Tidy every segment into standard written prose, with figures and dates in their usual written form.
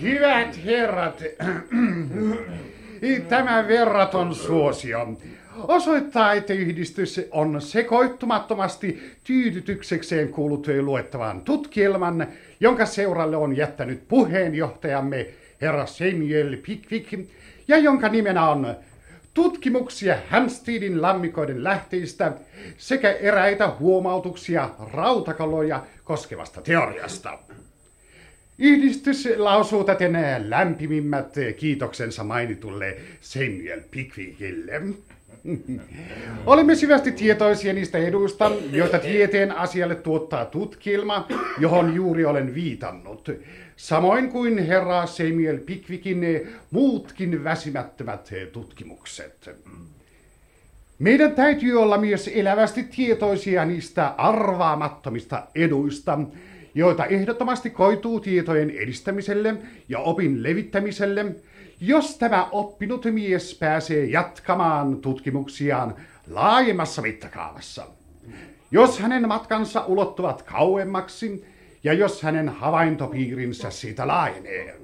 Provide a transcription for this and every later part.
Hyvät herrat, tämä verraton suosio osoittaa, että yhdistys on sekoittumattomasti tyydytyksekseen kuullut luettavan tutkielman, jonka seuralle on jättänyt puheenjohtajamme herra Samuel Pickwick, ja jonka nimenä on tutkimuksia Hampsteadin lammikoiden lähteistä sekä eräitä huomautuksia rautakaloja koskevasta teoriasta. Yhdistys lausuu täten lämpimimmät kiitoksensa mainitulle Samuel Pickwickille. Olemme syvästi tietoisia niistä eduista, joita tieteen asialle tuottaa tutkielma, johon juuri olen viitannut, samoin kuin herra Samuel Pickwickin muutkin väsymättömät tutkimukset. Meidän täytyy olla myös elävästi tietoisia niistä arvaamattomista eduista, joita ehdottomasti koituu tietojen edistämiselle ja opin levittämiselle, jos tämä oppinut mies pääsee jatkamaan tutkimuksiaan laajemmassa mittakaavassa. Jos hänen matkansa ulottuvat kauemmaksi ja jos hänen havaintopiirinsä siitä laajenee.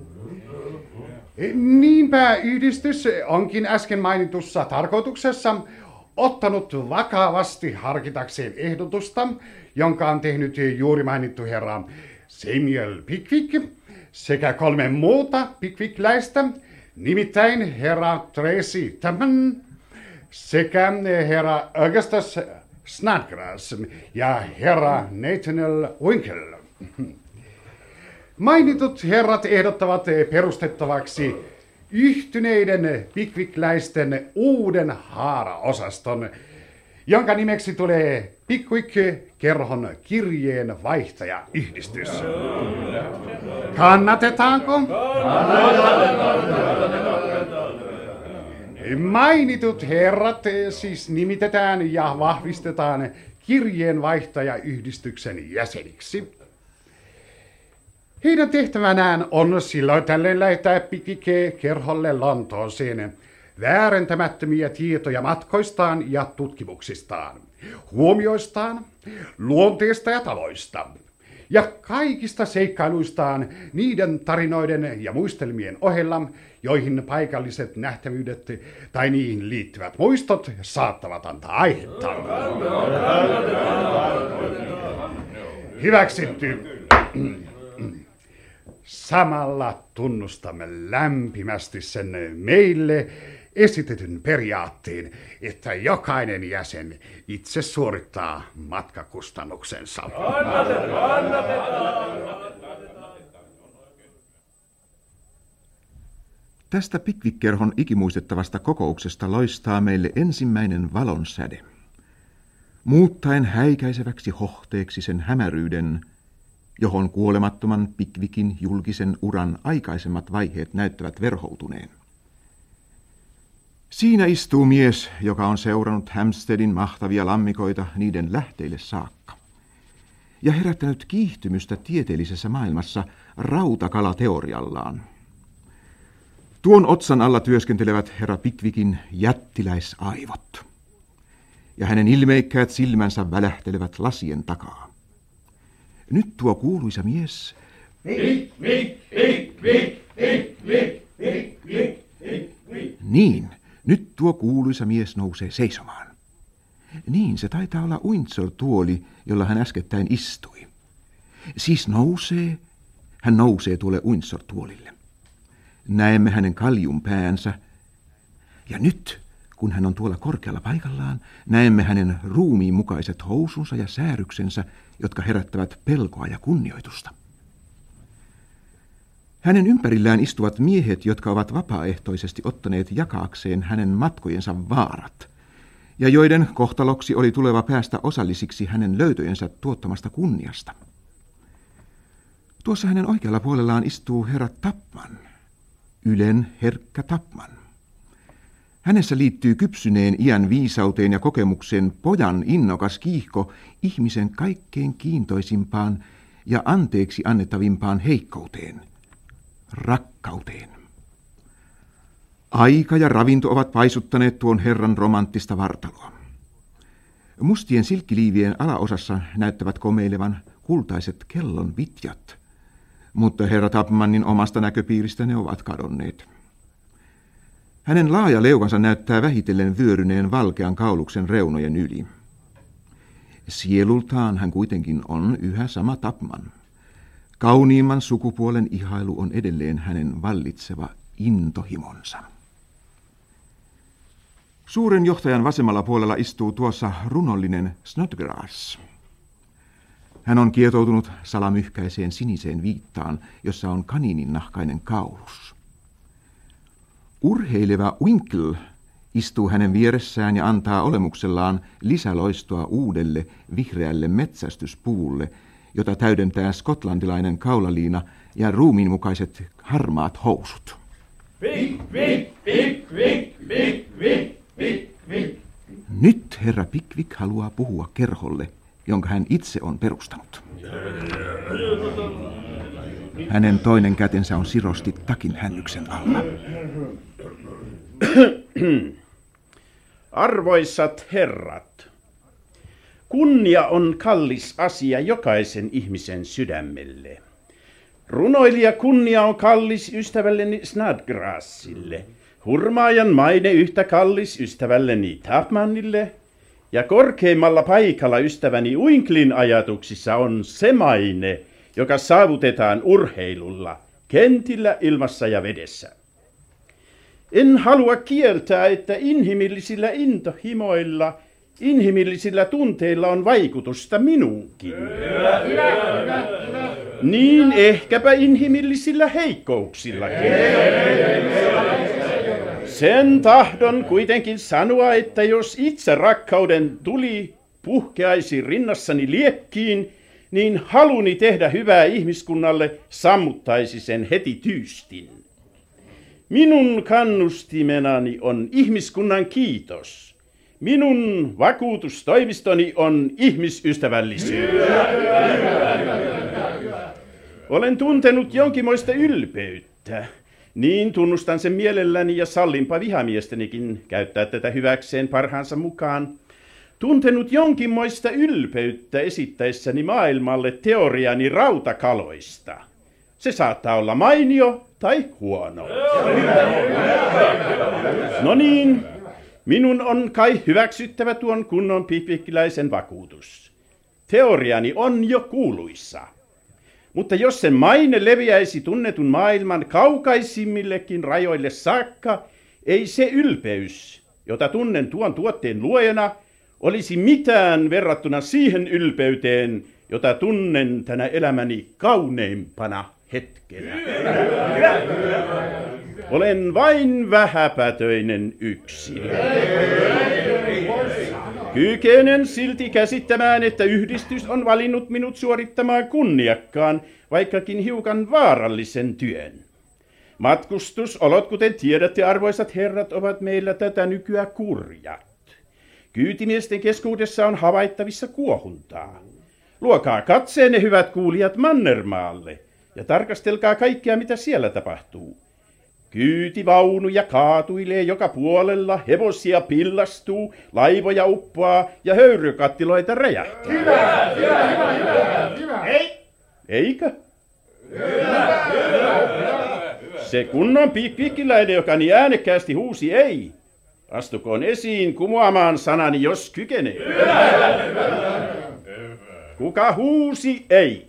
Niinpä yhdistys onkin äsken mainitussa tarkoituksessa ottanut vakavasti harkitakseen ehdotusta, jonka on tehnyt juuri mainittu herra Samuel Pickwick sekä 3 muuta Pickwickläistä, nimittäin herra Tracy Chapman sekä herra Augustus Snodgrass ja herra Nathaniel Winkle. Mainitut herrat ehdottavat perustettavaksi yhtyneiden Pickwickläisten uuden haaraosaston, jonka nimeksi tulee Pickwick-kerhon kirjeenvaihtajayhdistys. Kannatetaanko? Mainitut herrat siis nimitetään ja vahvistetaan kirjeenvaihtajayhdistyksen jäseniksi. Heidän tehtävänään on silloin tällöin lähettää Pickwick-kerholle Lontooseen väärentämättömiä tietoja matkoistaan ja tutkimuksistaan, huomioistaan, luonteesta ja tavoista, ja kaikista seikkailuistaan niiden tarinoiden ja muistelmien ohella, joihin paikalliset nähtävyydet tai niihin liittyvät muistot saattavat antaa aihetta. Hyväksytty. Samalla tunnustamme lämpimästi sen meille esitetyn periaatteen, että jokainen jäsen itse suorittaa matkakustannuksensa. Tästä Pickwick-kerhon ikimuistettavasta kokouksesta loistaa meille ensimmäinen valonsäde, muuttaen häikäiseväksi hohteeksi sen hämäryyden, johon kuolemattoman Pickwickin julkisen uran aikaisemmat vaiheet näyttävät verhoutuneen. Siinä istuu mies, joka on seurannut Hampsteadin mahtavia lammikoita niiden lähteille saakka ja herättänyt kiihtymystä tieteellisessä maailmassa rautakalateoriallaan. Tuon otsan alla työskentelevät herra Pickwickin jättiläisaivot ja hänen ilmeikkäät silmänsä välähtelevät lasien takaa. Nyt tuo kuuluisa mies... Niin, nyt tuo kuuluisa mies nousee seisomaan. Niin, se taitaa olla Windsor-tuoli, jolla hän äskettäin istui. Siis hän nousee tuolle Windsor-tuolille. Näemme hänen kaljun päänsä. Ja nyt, kun hän on tuolla korkealla paikallaan, näemme hänen ruumiin mukaiset housunsa ja sääryksensä, jotka herättävät pelkoa ja kunnioitusta. Hänen ympärillään istuvat miehet, jotka ovat vapaaehtoisesti ottaneet jakaakseen hänen matkojensa vaarat, ja joiden kohtaloksi oli tuleva päästä osallisiksi hänen löytöjensä tuottamasta kunniasta. Tuossa hänen oikealla puolellaan istuu herra Chapman, Ylen herkkä Chapman. Hänessä liittyy kypsyneen iän viisauteen ja kokemukseen pojan innokas kiihko ihmisen kaikkein kiintoisimpaan ja anteeksi annettavimpaan heikkouteen, rakkauteen. Aika ja ravinto ovat paisuttaneet tuon herran romanttista vartaloa. Mustien silkkiliivien alaosassa näyttävät komeilevan kultaiset kellon vitjat. mutta herra Tapmannin omasta näköpiiristä ne ovat kadonneet. Hänen laaja leukansa näyttää vähitellen vyöryneen valkean kauluksen reunojen yli. Sielultaan hän kuitenkin on yhä sama Tapman. Kauniimman sukupuolen ihailu on edelleen hänen vallitseva intohimonsa. Suuren johtajan vasemmalla puolella istuu tuossa runollinen Snodgrass. Hän on kietoutunut salamyhkäiseen siniseen viittaan, jossa on kaniininnahkainen kaulus. Urheileva Winkle istuu hänen vieressään ja antaa olemuksellaan lisäloistoa uudelle vihreälle metsästyspuvulle, jota täydentää skotlantilainen kaulaliina ja ruumiinmukaiset harmaat housut. Nyt herra Pickwick haluaa puhua kerholle, jonka hän itse on perustanut. Hänen toinen kätensä on sirosti takin hännyksen alla. Arvoisat herrat, kunnia on kallis asia jokaisen ihmisen sydämelle. Runoilija kunnia on kallis ystävälleni Snodgrassille, hurmaajan maine yhtä kallis ystävälleni Tapmanille, ja korkeimmalla paikalla ystäväni Winklin ajatuksissa on se maine, joka saavutetaan urheilulla, kentillä, ilmassa ja vedessä. En halua kieltää, että inhimillisillä intohimoilla, inhimillisillä tunteilla on vaikutusta minuunkin. Niin ehkäpä inhimillisillä heikkouksillakin. Sen tahdon kuitenkin sanoa, että jos itse rakkauden tuli puhkeaisi rinnassani liekkiin, niin haluni tehdä hyvää ihmiskunnalle sammuttaisi sen heti tyystin. Minun kannustimenani on ihmiskunnan kiitos. Minun vakuutustoimistoni on ihmisystävällisyys. Olen tuntenut jonkinmoista ylpeyttä. Niin tunnustan sen mielelläni ja sallinpa vihamiestenikin käyttää tätä hyväkseen parhaansa mukaan. Tuntenut jonkinmoista ylpeyttä esittäessäni maailmalle teoriani rautakaloista. Se saattaa olla mainio tai huono. No niin, minun on kai hyväksyttävä tuon kunnon pickwickiläisen vakuutus. Teoriani on jo kuuluissa. Mutta jos sen maine leviäisi tunnetun maailman kaukaisimmillekin rajoille saakka, ei se ylpeys, jota tunnen tuon tuotteen luojana, olisi mitään verrattuna siihen ylpeyteen, jota tunnen tänä elämäni kauneimpana hetkenä. Olen vain vähäpätöinen yksilö. Kykenen silti käsittämään, että yhdistys on valinnut minut suorittamaan kunniakkaan, vaikkakin hiukan vaarallisen työn. Matkustusolot, kuten tiedätte, arvoisat herrat, ovat meillä tätä nykyä kurjat. Kyytimiesten keskuudessa on havaittavissa kuohuntaa. Luokaa katseenne, hyvät kuulijat, Mannermaalle ja tarkastelkaa kaikkea, mitä siellä tapahtuu. Kyytivaunuja kaatuilee joka puolella, hevosia pillastuu, laivoja uppoaa ja höyrykattiloita räjähtää. Hyvä. Eikö? Se kunnon pickwickiläinen, joka niin äänekkäästi huusi ei, astukoon esiin kumoamaan sanani, jos kykenee. Kuka huusi ei?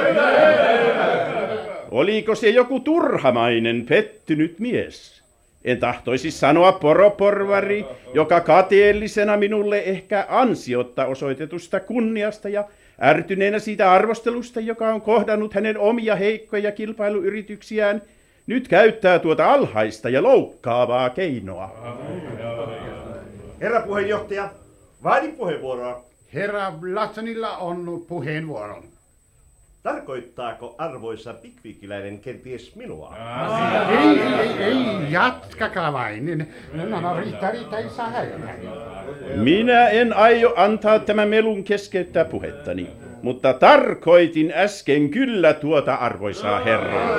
Oliko se joku turhamainen, pettynyt mies? En tahtoisi sanoa poroporvari, joka kateellisena minulle ehkä ansiotta osoitetusta kunniasta ja ärtyneenä siitä arvostelusta, joka on kohdannut hänen omia heikkoja kilpailuyrityksiään, nyt käyttää tuota alhaista ja loukkaavaa keinoa. Herra puheenjohtaja, vaadin puheenvuoroa. Herra Latsonilla on puheenvuoro. Tarkoittaako arvoisa pickwickiläinen kenties minua? Ei, jatkakaa vain. No, riittää, ei saa häiritä. Minä en aio antaa tämän melun keskeyttää puhettani, mutta tarkoitin äsken kyllä tuota arvoisaa herraa.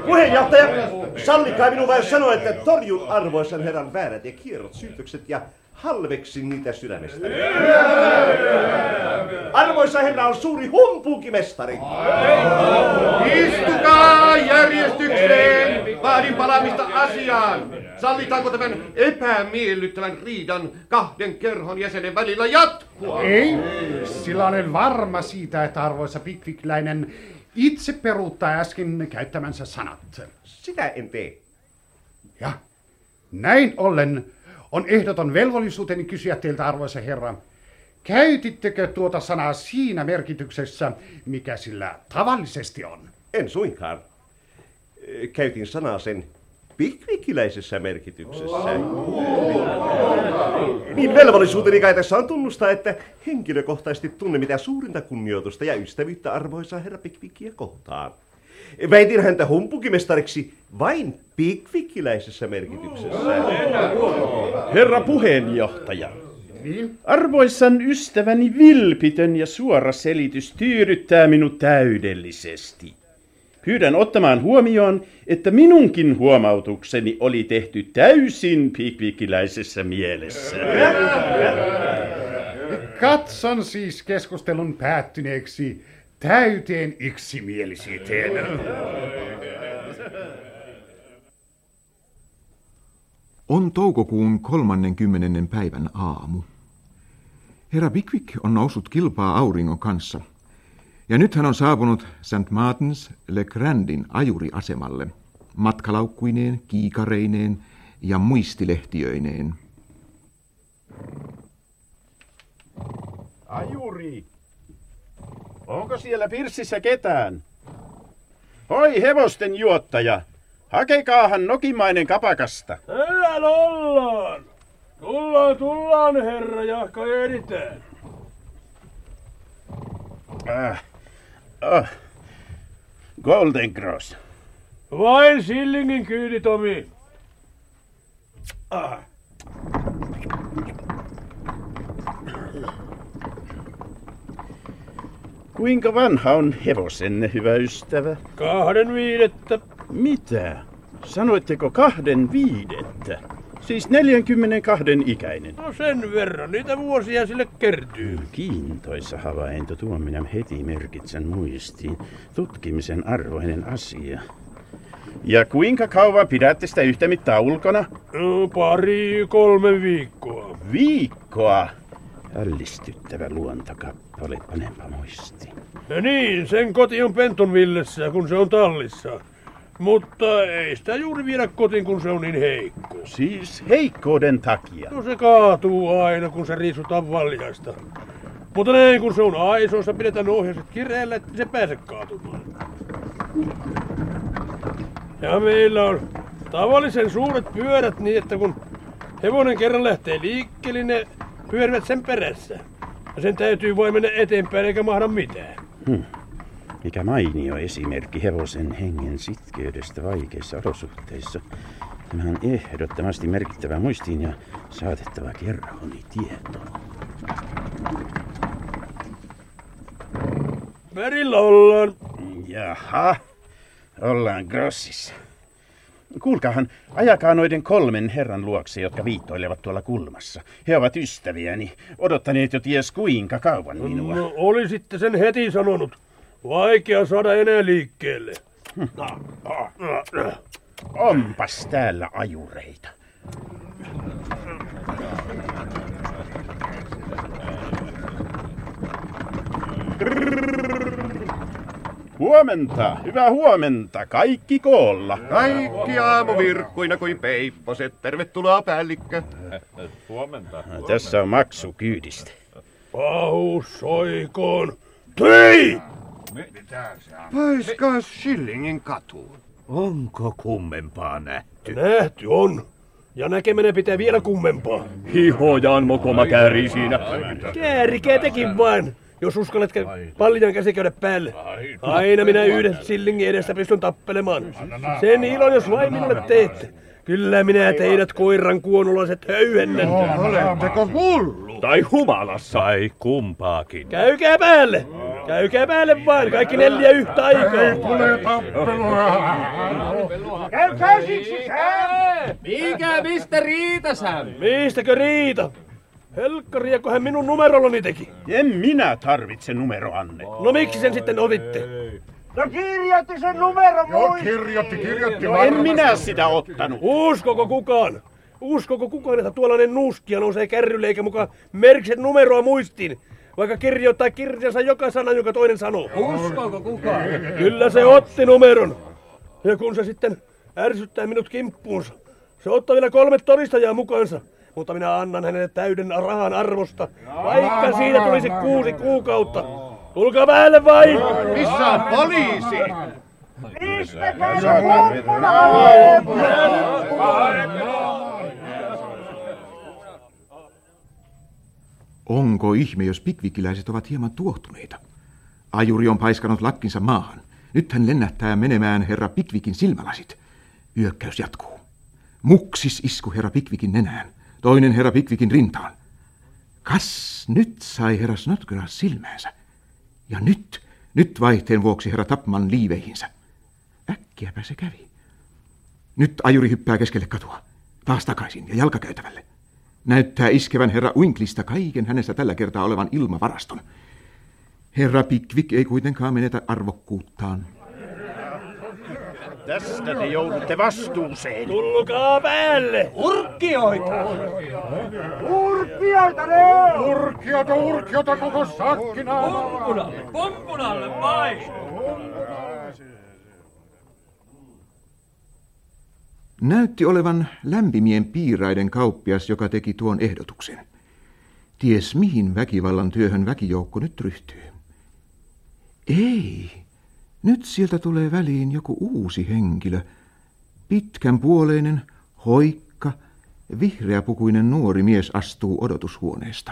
Puheenjohtaja, sallikaa minun vain sanoa, että torjun arvoisan herran väärät ja kierrot syytökset ja halveksin niitä sydämestäni. Arvoisa herra on suuri humpuukimestari. Istukaa järjestykseen! Vaadin palaamista asiaan. Sallitaanko tämän epämiellyttävän riidan kahden kerhon jäsenen välillä jatkua? Ei, sillä olen varma siitä, että arvoisa pikvikläinen itse peruuttaa äsken käyttämänsä sanat. Sitä en tee. Ja näin ollen on ehdoton velvollisuuteni kysyä teiltä, arvoisa herra, käytittekö tuota sanaa siinä merkityksessä, mikä sillä tavallisesti on? En suinkaan. Käytin sanaa sen pikvikiläisessä merkityksessä. Niin velvollisuuteni kai tässä on tunnustaa, että henkilökohtaisesti tunne mitä suurinta kunnioitusta ja ystävyyttä arvoisaa herra Pikvikkiä kohtaan. Väitin häntä humpukimestariksi vain pikvikkiläisessä merkityksessä. Herra puheenjohtaja, Niin? arvoisan ystäväni vilpitön ja suora selitys tyydyttää minut täydellisesti. Pyydän ottamaan huomioon, että minunkin huomautukseni oli tehty täysin pikvikkiläisessä mielessä. Katson siis keskustelun päättyneeksi täyteen yksimielisyyteen. On toukokuun 30. päivän aamu. Herra Pickwick on noussut kilpaa auringon kanssa. Ja nyt hän on saapunut St. Martins Le Grandin ajuriasemalle, matkalaukkuineen, kiikareineen ja muistilehtiöineen. Ajuri, onko siellä pirssissä ketään? Hoi hevosten juottaja, hakekaahan nokimainen kapakasta. Täällä ollaan. Tullaan herra, jahka editään. Golden Cross. Vain Sillingin kyyti, Tomi. Kuinka vanha on hevosenne, hyvä ystävä? 2.5. Mitä? Sanoitteko 2.5? Siis 42 ikäinen. No sen verran, niitä vuosia sille kertyy. Kiintoisa havainto, tuon minä heti merkitsen muistiin. Tutkimisen arvoinen asia. Ja kuinka kauan pidätte sitä yhtä mittaa ulkona? No, 2-3 viikkoa. Viikkoa? Ällistyttävä luontokappale, panenpa muistiin. Ja niin, sen koti on Pentonvillessä, kun se on tallissa. Mutta ei sitä juuri viedä kotiin, kun se on niin heikko. Siis heikkouden takia? No se kaatuu aina, kun se riisutaan valjaista. Mutta näin, kun se on aisoissa, pidetään ohjaiset kireellä, että se pääse kaatumaan. Ja meillä on tavallisen suuret pyörät niin, että kun hevonen kerran lähtee liikkeelle, ne pyörivät sen perässä. Ja sen täytyy vain mennä eteenpäin eikä mahda mitään. Mikä mainio esimerkki hevosen hengen sitkeydestä vaikeissa olosuhteissa. Tämä on ehdottomasti merkittävä muistiin ja saatettava kerroni tietoon. Perillä ollaan. Jaha, ollaan Grossissa. Kuulkaahan, ajakaa noiden 3 herran luokse, jotka viittoilevat tuolla kulmassa. He ovat ystäviäni, odottaneet jo ties kuinka kauan minua. No olisitte sen heti sanonut. Vaikea saada enää liikkeelle. Onpas täällä ajureita. Huomenta, hyvää huomenta, kaikki koolla. Kaikki aamuvirkkuina kuin peipposet. Tervetuloa, päällikkö. Tässä on maksu kyydistä. Pahus soikoon. Tyi! Paiskaa Schillingin katuun. Onko kummempaa nähty? Nähty on. Ja näkeminen pitää vielä kummempaa. Hihojan mokoma käärii siinä. Käärikää tekin vain, jos uskallat pallian käsikäydä päälle. Aina minä yhden Schillingin edestä pystyn tappelemaan. Sen ilon, jos vain minulle teette. Kyllä minä teidät koiran kuonulaiset höyhennän. Oletteko hullu? Tai humalassa. Tai kumpaakin. Käykää päälle! Käykää päälle vain, kaikki 4 yhtä aikaa. Tulee tappelua. Käykää siksi sisään! Mistä Riita Sam? Mistäkö Riita? Helkkariako hän minun numerollani teki? En minä tarvitse numeroanne. No miksi sen sitten otitte? No kirjoitti sen numero muistiin. Kirjoitti. No en minä sitä ottanut. Uskoko kukaan, että tuollainen nuuskia nousee kärrylle eikä mukaan merkitse numeroa muistiin? Vaikka kirjoittaa kirjansa joka sana, jonka toinen sanoo. Uskoko kukaan? Kyllä se otti numeron. Ja kun se sitten ärsyttää minut kimppuunsa, se ottaa vielä 3 todistajaa mukaansa. Mutta minä annan hänelle täyden rahan arvosta, vaikka siitä tulisi 6 kuukautta. Tulkaa päälle vain! Missä on poliisi? Onko ihme, jos pikvikiläiset ovat hieman tuohtuneita? Ajuri on paiskanut lakkinsa maahan. Nyt hän lennähtää menemään herra Pikvikin silmälasit. Hyökkäys jatkuu. Muksis isku herra Pikvikin nenään. Toinen herra Pikvikin rintaan. Kas nyt sai herra Snodgrass silmäänsä. Ja nyt vaihteen vuoksi herra Tapman liiveihinsä. Äkkiäpä se kävi. Nyt ajuri hyppää keskelle katua. Taas takaisin ja jalkakäytävälle. Näyttää iskevän herra Winklista kaiken hänestä tällä kertaa olevan ilmavaraston. Herra Pickwick ei kuitenkaan menetä arvokkuuttaan. Tästä te joudutte vastuuseen. Tulkaa päälle! Urkkioita! Urkiota koko sakkina! Pompunalle vai! Näytti olevan lämpimien piiraiden kauppias, joka teki tuon ehdotuksen. Ties mihin väkivallan työhön väkijoukko nyt ryhtyy. Ei, nyt sieltä tulee väliin joku uusi henkilö. Pitkänpuoleinen, hoikka, vihreäpukuinen nuori mies astuu odotushuoneesta.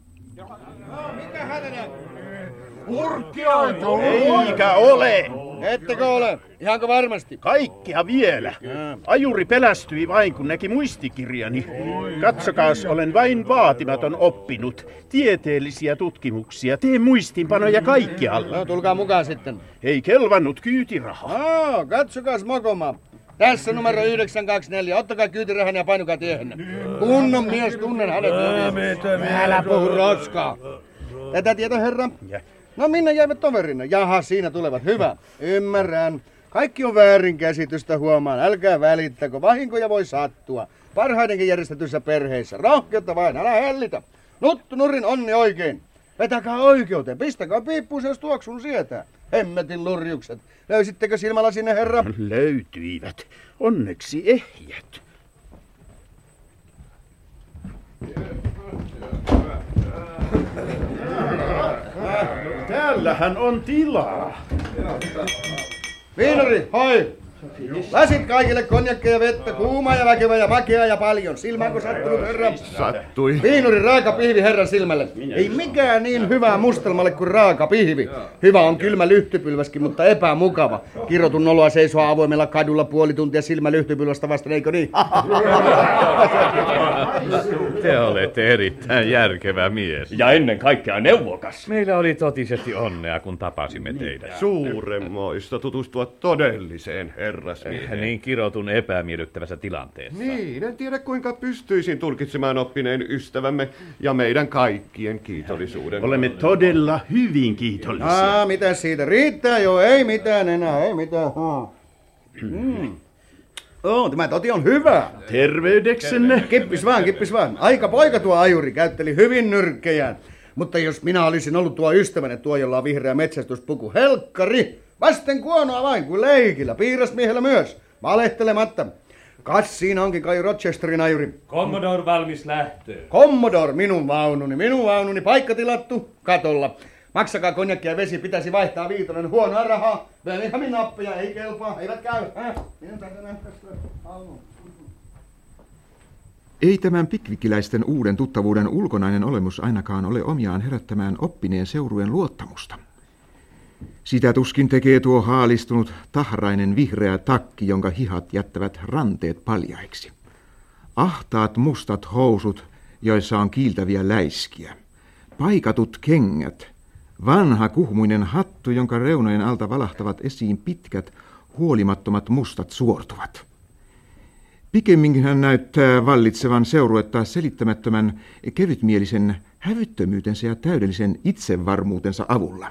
Urkkioita! Eikä ole! Ettekö ole? Ihanko varmasti? Kaikkea vielä. Ajuri pelästyi vain, kun näki muistikirjani. Katsokaas, olen vain vaatimaton oppinut. Tieteellisiä tutkimuksia, teen muistinpanoja kaikkialla. No, tulkaa mukaan sitten. Ei kelvannut kyytiraha. Katsokaas mokoma. Tässä numero 924. Ottakaa kyytirahan ja painukaa tiehenne. Kunnon mies, tunnen hänet. Älä puhu roskaa. Tätä tieto, herra? No minne jäivät toverinne? Jaha, siinä tulevat. Hyvä. Ymmärrän. Kaikki on väärinkäsitystä huomaan. Älkää välittäkö. Vahinkoja voi sattua. Parhaidenkin järjestetyissä perheissä. Rohkeutta vain. Älä hellitä. Nuttu nurin onni oikein. Vetäkää oikeuteen. Pistäkää piippuun, jos tuoksun sietää. Hemmetin lurjukset. Löysittekö silmällä sinne, herra? Löytyivät. Onneksi ehjät. Täällähän on tilaa. Viinari, hoi! Lasit kaikille konjakkeja ja vettä, kuumaa ja väkevää ja makeaa ja paljon. Silmäänko sattunut, herra? Sattui. Viinuri, raaka pihvi herran silmälle. Ei mikään niin hyvää mustelmalle kuin raaka pihvi. Hyvä on kylmä lyhtypylväskin, mutta epämukava. Kirotun oloa seisoa avoimella kadulla puoli tuntia silmä lyhtypylvästä vasten, eikö niin? Te olette erittäin järkevä mies. Ja ennen kaikkea neuvokas. Meillä oli totisesti onnea, kun tapasimme teidät. Suuremmoista tutustua todelliseen herrasmieheen. Niin kirotun epämiellyttävässä tilanteessa. Niin, en tiedä kuinka pystyisin tulkitsemaan oppineen ystävämme ja meidän kaikkien kiitollisuuden. Olemme todella hyvin kiitollisia. Mitä siitä? Riittää jo, ei mitään enää, ei mitään. Tämä toti on hyvä. Terveydeksenne. Kippis vaan. Aika poika tuo ajuri käytteli hyvin nyrkkejään. Mutta jos minä olisin ollut tuo ystäväni, tuo jolla on vihreä metsästyspuku, helkkari. Vasten kuonoa vain kuin leikillä, piirasmiehellä myös. Valehtelematta. Kas siinä onkin kai Rochesterin ajuri. Commodore valmis lähtöön. Commodore, minun vaununi, paikka tilattu, katolla. Maksakaa konjakki ja vesi, pitäisi vaihtaa viitonen, huonoa rahaa. Välihamin nappeja, ei kelpaa, eivät käy. Ei tämän pikvikiläisten uuden tuttavuuden ulkonainen olemus ainakaan ole omiaan herättämään oppineen seurueen luottamusta. Sitä tuskin tekee tuo haalistunut tahrainen vihreä takki, jonka hihat jättävät ranteet paljaiksi. Ahtaat mustat housut, joissa on kiiltäviä läiskiä. Paikatut kengät. Vanha kuhmuinen hattu, jonka reunojen alta valahtavat esiin pitkät, huolimattomat mustat suortuvat. Pikemminkin hän näyttää vallitsevan seuruettaa selittämättömän kevytmielisen hävyttömyytensä ja täydellisen itsevarmuutensa avulla.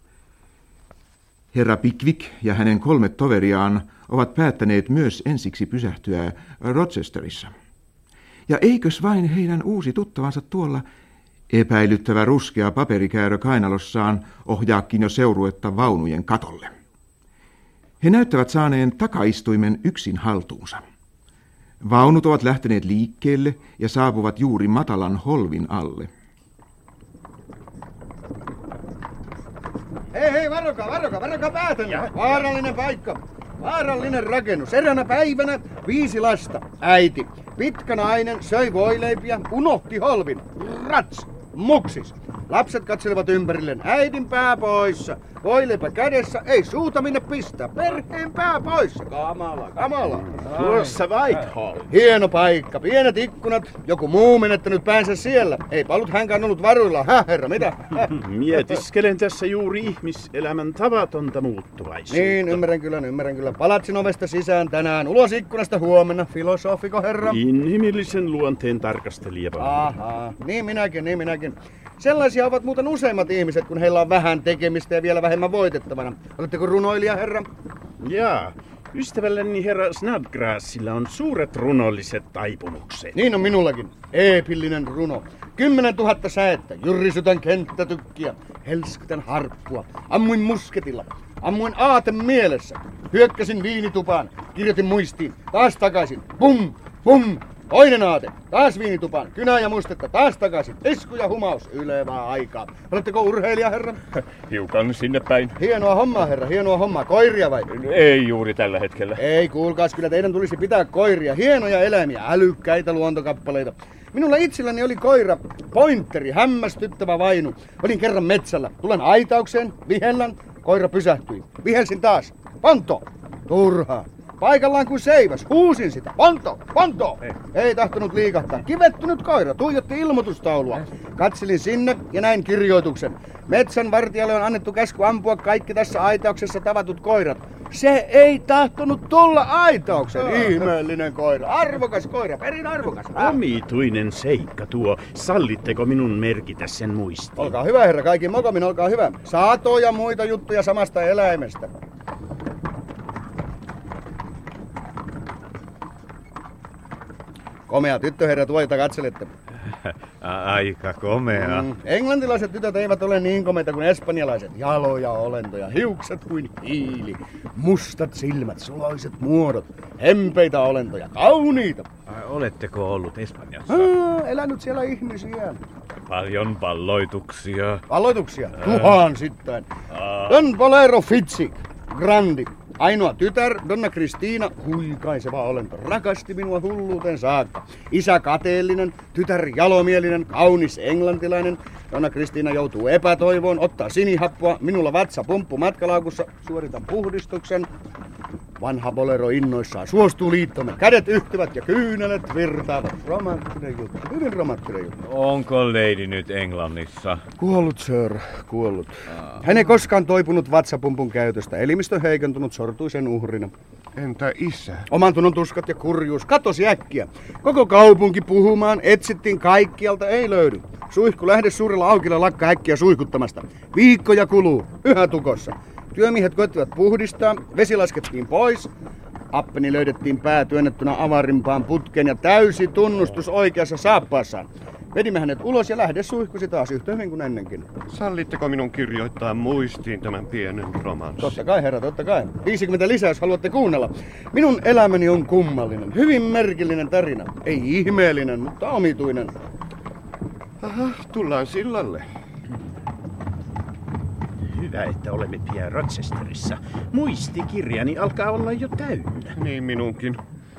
Herra Pickwick ja hänen 3 toveriaan ovat päättäneet myös ensiksi pysähtyä Rochesterissa. Ja eikös vain heidän uusi tuttavansa tuolla epäilyttävä ruskea paperikäärö kainalossaan ohjaakin jo seuruetta vaunujen katolle. He näyttävät saaneen takaistuimen yksin haltuunsa. Vaunut ovat lähteneet liikkeelle ja saapuvat juuri matalan holvin alle. Hei, varokaa päätänne. Vaarallinen paikka. Vaarallinen rakennus. Eräänä päivänä 5 lasta. Äiti, pitkä nainen, söi voileipiä, unohti holvin. Rats, muksis. Lapset katselevat ympärilleen. Äidin pää poissa. Voileipä kädessä, ei suuta minne pistää. Perheen pää poissa. Kamala. Tuossa Whitehall. Hieno paikka, pienet ikkunat. Joku muu menettänyt päänsä siellä. Ei ollut hänkään ollut varuilla. Herra, mitä? Mietiskelen tässä juuri ihmiselämän tavatonta muuttuvaisuutta. Niin, ymmärrän kyllä. Palatsin ovesta sisään tänään, ulos ikkunasta huomenna. Filosofiko herra? Inhimillisen luonteen tarkastelija. Ahaa, niin minäkin. Sellaisia ovat muuten useimmat ihmiset, kun heillä on vähän tekemistä ja vielä vähemmän voitettavana. Oletteko runoilija, herra? Jaa. Ystävälläni herra Snodgrassilla on suuret runolliset taipumukset. Niin on minullakin. Eepillinen runo. 10 000 säettä, jyrrisytän kenttätykkiä, helskytän harppua, ammuin musketilla, ammuin aaten mielessä, hyökkäsin viinitupaan, kirjoitin muistiin, taas takaisin, bum, bum, toinen aate, taas viinitupaan, kynää ja mustetta, taas takaisin, isku ja humaus, ylevää aikaa. Oletteko urheilija, herra? Hiukan sinne päin. Hienoa hommaa, herra, hienoa hommaa. Koiria vai? Ei juuri tällä hetkellä. Ei, kuulkaas, kyllä teidän tulisi pitää koiria, hienoja eläimiä, älykkäitä luontokappaleita. Minulla itselläni oli koira, pointeri, hämmästyttävä vainu. Olin kerran metsällä, tulen aitaukseen, vihellän, koira pysähtyi. Vihelsin taas, Ponto, turhaa. Paikallaan kuin seiväs, huusin sitä, Ponto! Ei tahtonut liikahtaa, kivettynyt koira, tuijotti ilmoitustaulua. Katselin sinne ja näin kirjoituksen. Metsän vartijalle on annettu käsky ampua kaikki tässä aitauksessa tavatut koirat. Se ei tahtonut tulla aitaukseen. Ihmeellinen koira, arvokas koira, perin arvokas. Omituinen seikka tuo. Sallitteko minun merkitä sen muistiin? Olkaa hyvä, herra, kaikin mokomin, olkaa hyvä. Satoja muita juttuja samasta eläimestä. Komea tyttöherra tuo, jota katselette. Aika komea. Englantilaiset tytöt eivät ole niin komeita kuin espanjalaiset. Jaloja olentoja, hiukset kuin hiili, mustat silmät, suloiset muodot, hempeitä olentoja, kauniita. Oletteko ollut Espanjassa? Elänyt siellä ihmisiä. Paljon valloituksia. Valloituksia? Tuhansittain. Don Bolero Fitzig, Grandi. Ainoa tytär, Donna Cristina, huikaiseva olento, rakasti minua hulluuteen saakka. Isä kateellinen, tytär jalomielinen, kaunis englantilainen. Donna Cristina joutuu epätoivoon, ottaa sinihappoa, minulla vatsa pumppu matkalaukussa, suoritan puhdistuksen. Vanha Bolero innoissaan suostuu liittomme, kädet yhtyvät ja kyynelet virtaavat. Romanttinen juttu, hyvin romanttinen juttu. Onko lady nyt Englannissa? Kuollut, sir, kuollut. Hän ei koskaan toipunut vatsapumpun käytöstä, elimistö heikentunut sortuisen uhrina. Entä isä? Omantunnon tuskat ja kurjuus katosi äkkiä. Koko kaupunki puhumaan, etsittiin kaikkialta, ei löydy. Suihku lähde suurella aukilla lakka äkkiä suihkuttamasta. Viikkoja kuluu, yhä tukossa. Työmiehet koettivat puhdistaa, vesi laskettiin pois. Appeni löydettiin pää työnnettynä avarimpaan putkeen ja täysi tunnustus oikeassa saappaassaan. Vedimme hänet ulos ja lähde suihkusi taas yhtä hyvin kuin ennenkin. Sallitteko minun kirjoittaa muistiin tämän pienen romanssin? Totta kai, herra, totta kai. 50 lisää, jos haluatte kuunnella. Minun elämäni on kummallinen, hyvin merkillinen tarina. Ei ihmeellinen, mutta omituinen. Aha, tullaan sillalle. Hyvä, että olemme pian Rochesterissa. Muistikirjani alkaa olla jo täynnä. Niin minunkin.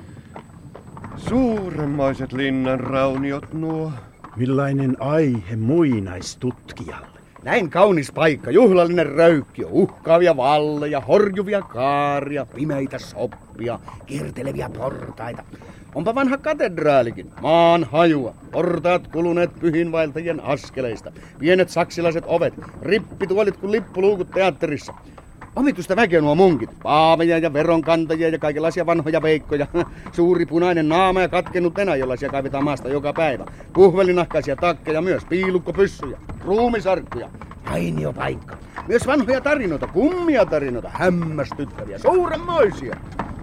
Suuremmaiset linnan rauniot nuo. Millainen aihe muinaistutkijalle? Näin kaunis paikka, juhlallinen röykkiö, uhkaavia valleja, horjuvia kaaria, pimeitä soppia, kierteleviä portaita. Onpa vanha katedraalikin, maan hajua, portaat kuluneet pyhinvaeltajien askeleista, pienet saksilaiset ovet, rippituolit kuin lippuluukut teatterissa. Omituista väkeä nuo munkit. Paameja ja veronkantajia ja kaikenlaisia vanhoja veikkoja. Suuri punainen naama ja katkennut nenä, jollaisia kaivetaan maasta joka päivä. Puhvelinahkaisia takkeja, myös piilukkopyssyjä, ruumisarkkuja. Mainio paikka. Myös vanhoja tarinoita, kummia tarinoita, hämmästyttäviä, suuremmoisia.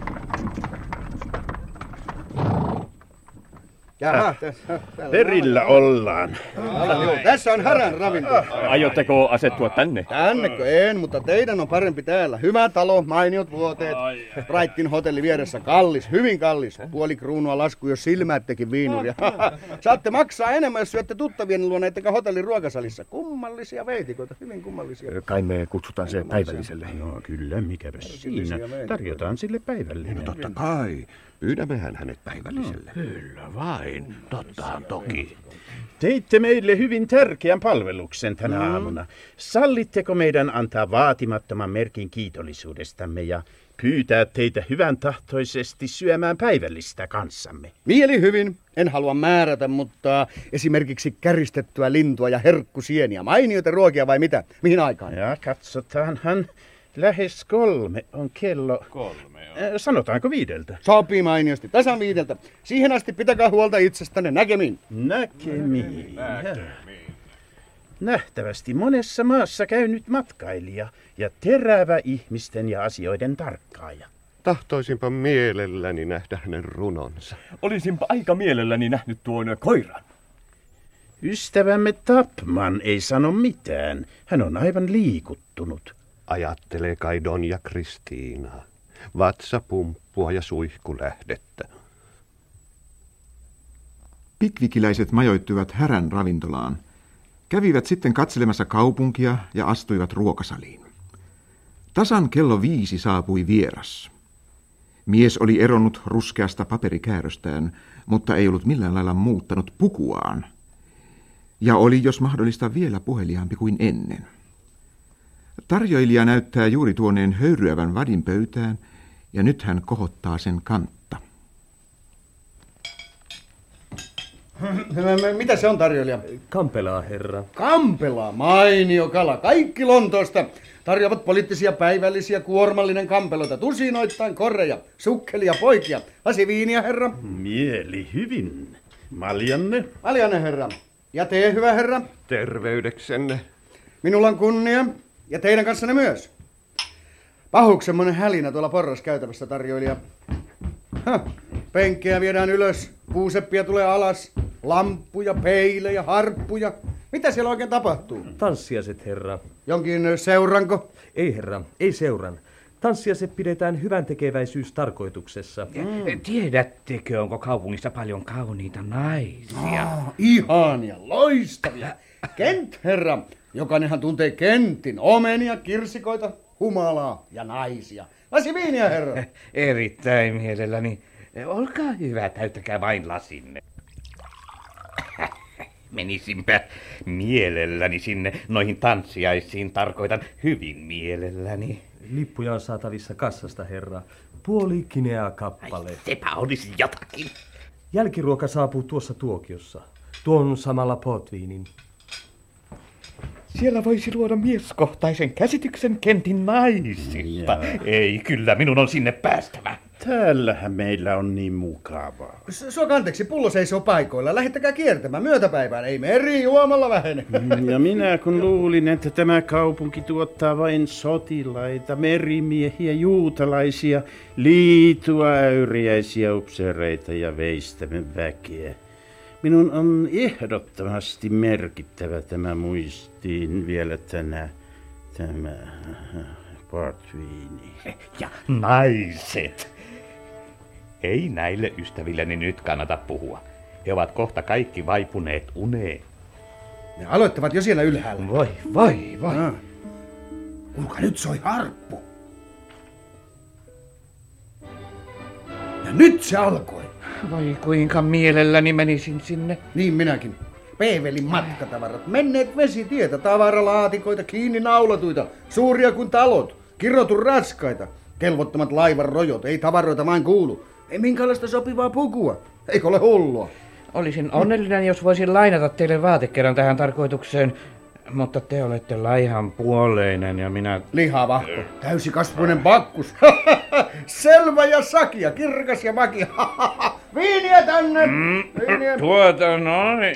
Jaha, Perillä ollaan. Tässä on Härän ravintola. Aiotteko asettua tänne? Tännekö en, mutta teidän on parempi täällä. Hyvä talo, mainiot vuoteet. Raittin hotelli vieressä, kallis, hyvin kallis. Puoli kruunua lasku, jos silmäättekin viinuria. Saatte maksaa enemmän, jos syötte tuttavien luona, ettekä hotellin ruokasalissa. Kummallisia veitikoita, hyvin kummallisia. Kai me kutsutaan se päivälliselle. No kyllä, mikäpä siinä. Tarjotaan sille päivällinen. No totta kai. Pyydämmehän hänet päivälliselle. Kyllä vain, tottahan toki. Teitte meille hyvin tärkeän palveluksen tänä aamuna. Sallitteko meidän antaa vaatimattoman merkin kiitollisuudestamme ja pyytää teitä hyvän tahtoisesti syömään päivällistä kanssamme? Mieli hyvin. En halua määrätä, mutta esimerkiksi käristettyä lintua ja herkkusieniä. Mainioita ruokia vai mitä? Mihin aikaan? Ja katsotaanhan. Lähes 3 on kello. 3 on. Sanotaanko 5? Sopii mainiosti. Tasan 5. Siihen asti pitäkää huolta itsestänne. Näkemiin. Näkemiin. Nähtävästi monessa maassa käynyt matkailija ja terävä ihmisten ja asioiden tarkkaaja. Tahtoisinpa mielelläni nähdä hänen runonsa. Olisinpa aika mielelläni nähnyt tuon koiran. Ystävämme Tapman ei sano mitään. Hän on aivan liikuttunut. Ajattelee kai Donja Kristiinaa, vatsapumppua ja suihkulähdettä. Pikvikiläiset majoittuivat Härän ravintolaan, kävivät sitten katselemassa kaupunkia ja astuivat ruokasaliin. Tasan kello 5 saapui vieras. Mies oli eronnut ruskeasta paperikääröstään, mutta ei ollut millään lailla muuttanut pukuaan. Ja oli, jos mahdollista, vielä puheliaampi kuin ennen. Tarjoilija näyttää juuri tuoneen höyryävän vadin pöytään, ja nyt hän kohottaa sen kantta. Mitä se on, tarjoilija? Kampelaa, herra. Kampelaa, mainio kala. Kaikki Lontoosta tarjoavat poliittisia päivällisiä, kuormallinen kampeloita, tusinoittain korreja, sukkelia, poikia. Lasi viiniä, herra. Mieli hyvin. Maljanne. Maljanne, herra. Ja tee, hyvä herra. Terveydeksenne. Minulla on kunnia. Ja teidän kanssanne myös. Pahuks semmonen hälinä tuolla porraskäytävässä, tarjoilija. Penkkejä viedään ylös, puuseppiä tulee alas, lamppuja, peilejä, harppuja. Mitä siellä oikein tapahtuu? Tanssiaset, herra. Jonkin seuranko? Ei, herra, ei seuran. Tanssiaset pidetään hyvän tekeväisyystarkoituksessa. Tiedättekö, onko kaupungissa paljon kauniita naisia? Ihania, loistavia. Kent, herra. Jokainenhan tuntee Kentin. Omenia, kirsikoita, humalaa ja naisia. Lasi viiniä, herra. Erittäin mielelläni. Olkaa hyvä, täyttäkää vain lasinne. Menisinpä mielelläni sinne noihin tanssiaisiin, tarkoitan hyvin mielelläni. Lippuja on saatavissa kassasta, herra. Puoli kineaa kappale. Sepä olisi jotakin. Jälkiruoka saapuu tuossa tuokiossa. Tuon samalla potviinin. Siellä voisi luoda mieskohtaisen käsityksen Kentin naisista. Ei, kyllä minun on sinne päästävä. Täällähän meillä on niin mukavaa. Suoka anteeksi, pullo seisoo paikoilla. Lähettäkää kiertämään myötäpäivään. Ei meri juomalla vähene. Ja minä kun luulin, että tämä kaupunki tuottaa vain sotilaita, merimiehiä, juutalaisia, liituäyriäisiä upseereita ja veistämme väkeä. Minun on ehdottomasti merkittävä tämä muistiin vielä tämä portviini. Ja naiset. Ei näille ystävilleni nyt kannata puhua. He ovat kohta kaikki vaipuneet uneen. Ne aloittavat jo siellä ylhäällä. Voi. Kuulkaa, nyt soi harppu. Ja nyt se alkoi. Voi kuinka mielelläni menisin sinne. Niin minäkin. Peevelin matkatavarat, menneet vesitietä, tavaralaatikoita, kiinni naulatuita, suuria kuin talot, kirotun raskaita, kelvottomat laivan rojot, ei tavaroita vain kuulu. Ei minkäänlaista sopivaa pukua, eikö ole hullua? Olisin onnellinen, jos voisin lainata teille vaatekerran tähän tarkoitukseen. Mutta te olette laihan puoleinen ja minä... Lihavahko, täysikasvuinen pakkus. Selvä ja sakia, kirkas ja makia. Viiniä tänne! Viiniä. Noin.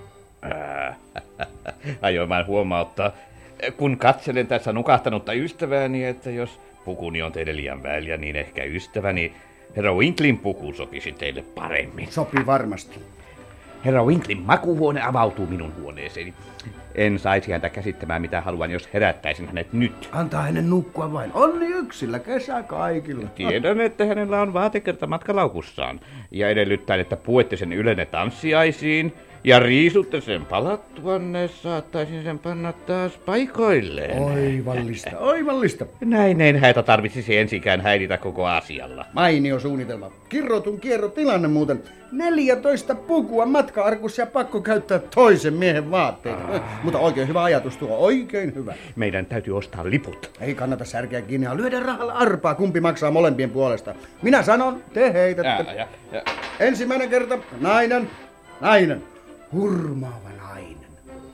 Ajoin vain huomauttaa, kun katselen tässä nukahtanutta ystävääni, että jos pukuni on teille liian väliä, niin ehkä ystäväni herra Winklin puku sopisi teille paremmin. Sopii varmasti. Herra Winklin makuuhuone avautuu minun huoneeseeni. En saisi häntä käsittämään mitä haluan, jos herättäisin hänet nyt. Antaa hänen nukkua vain. Onni yksillä, kesä kaikilla. Tiedän, että hänellä on vaatekerta matkalaukussaan. Ja edellyttäen, että puette sen ylenne tanssiaisiin ja riisutte sen palattuanne, saattaisin sen panna taas paikoilleen. Oivallista, oivallista. Näin ei häitä tarvitsisi ensikään häiritä koko asialla. Mainio suunnitelma. Kirrotun kierro tilanne muuten. 14 pukua matka-arkussa ja pakko käyttää toisen miehen vaatteita. Mutta oikein hyvä ajatus tuo, oikein hyvä. Meidän täytyy ostaa liput. Ei kannata särkeä kiinni ja lyödä rahalla arpaa, kumpi maksaa molempien puolesta. Minä sanon, te heitätte. Ensimmäinen kerta, nainen. Hurmaava nainen.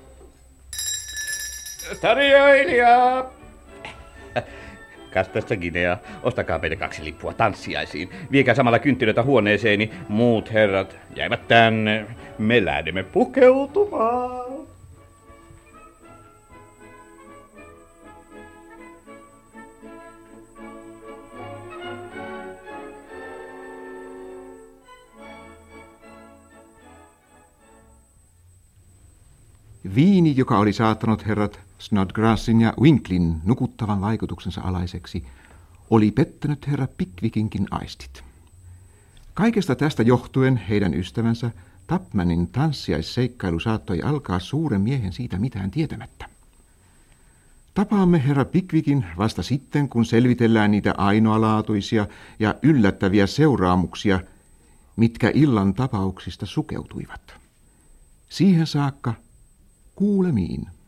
Tarjoilija! Kas tässä Guinea. Ostakaa meille 2 lippua tanssiaisiin. Viekää samalla kynttilöitä huoneeseeni. Muut herrat jäivät tänne. Me lähdemme pukeutumaan. Viini, joka oli saattanut herrat Snodgrassin ja Winklin nukuttavan vaikutuksensa alaiseksi, oli pettänyt herra Pickvickinkin aistit. Kaikesta tästä johtuen heidän ystävänsä Tupmanin tanssiaisseikkailu saattoi alkaa suuren miehen siitä mitään tietämättä. Tapaamme herra Pickvickin vasta sitten, kun selvitellään niitä ainoalaatuisia ja yllättäviä seuraamuksia, mitkä illan tapauksista sukeutuivat. Siihen saakka kuulemiin.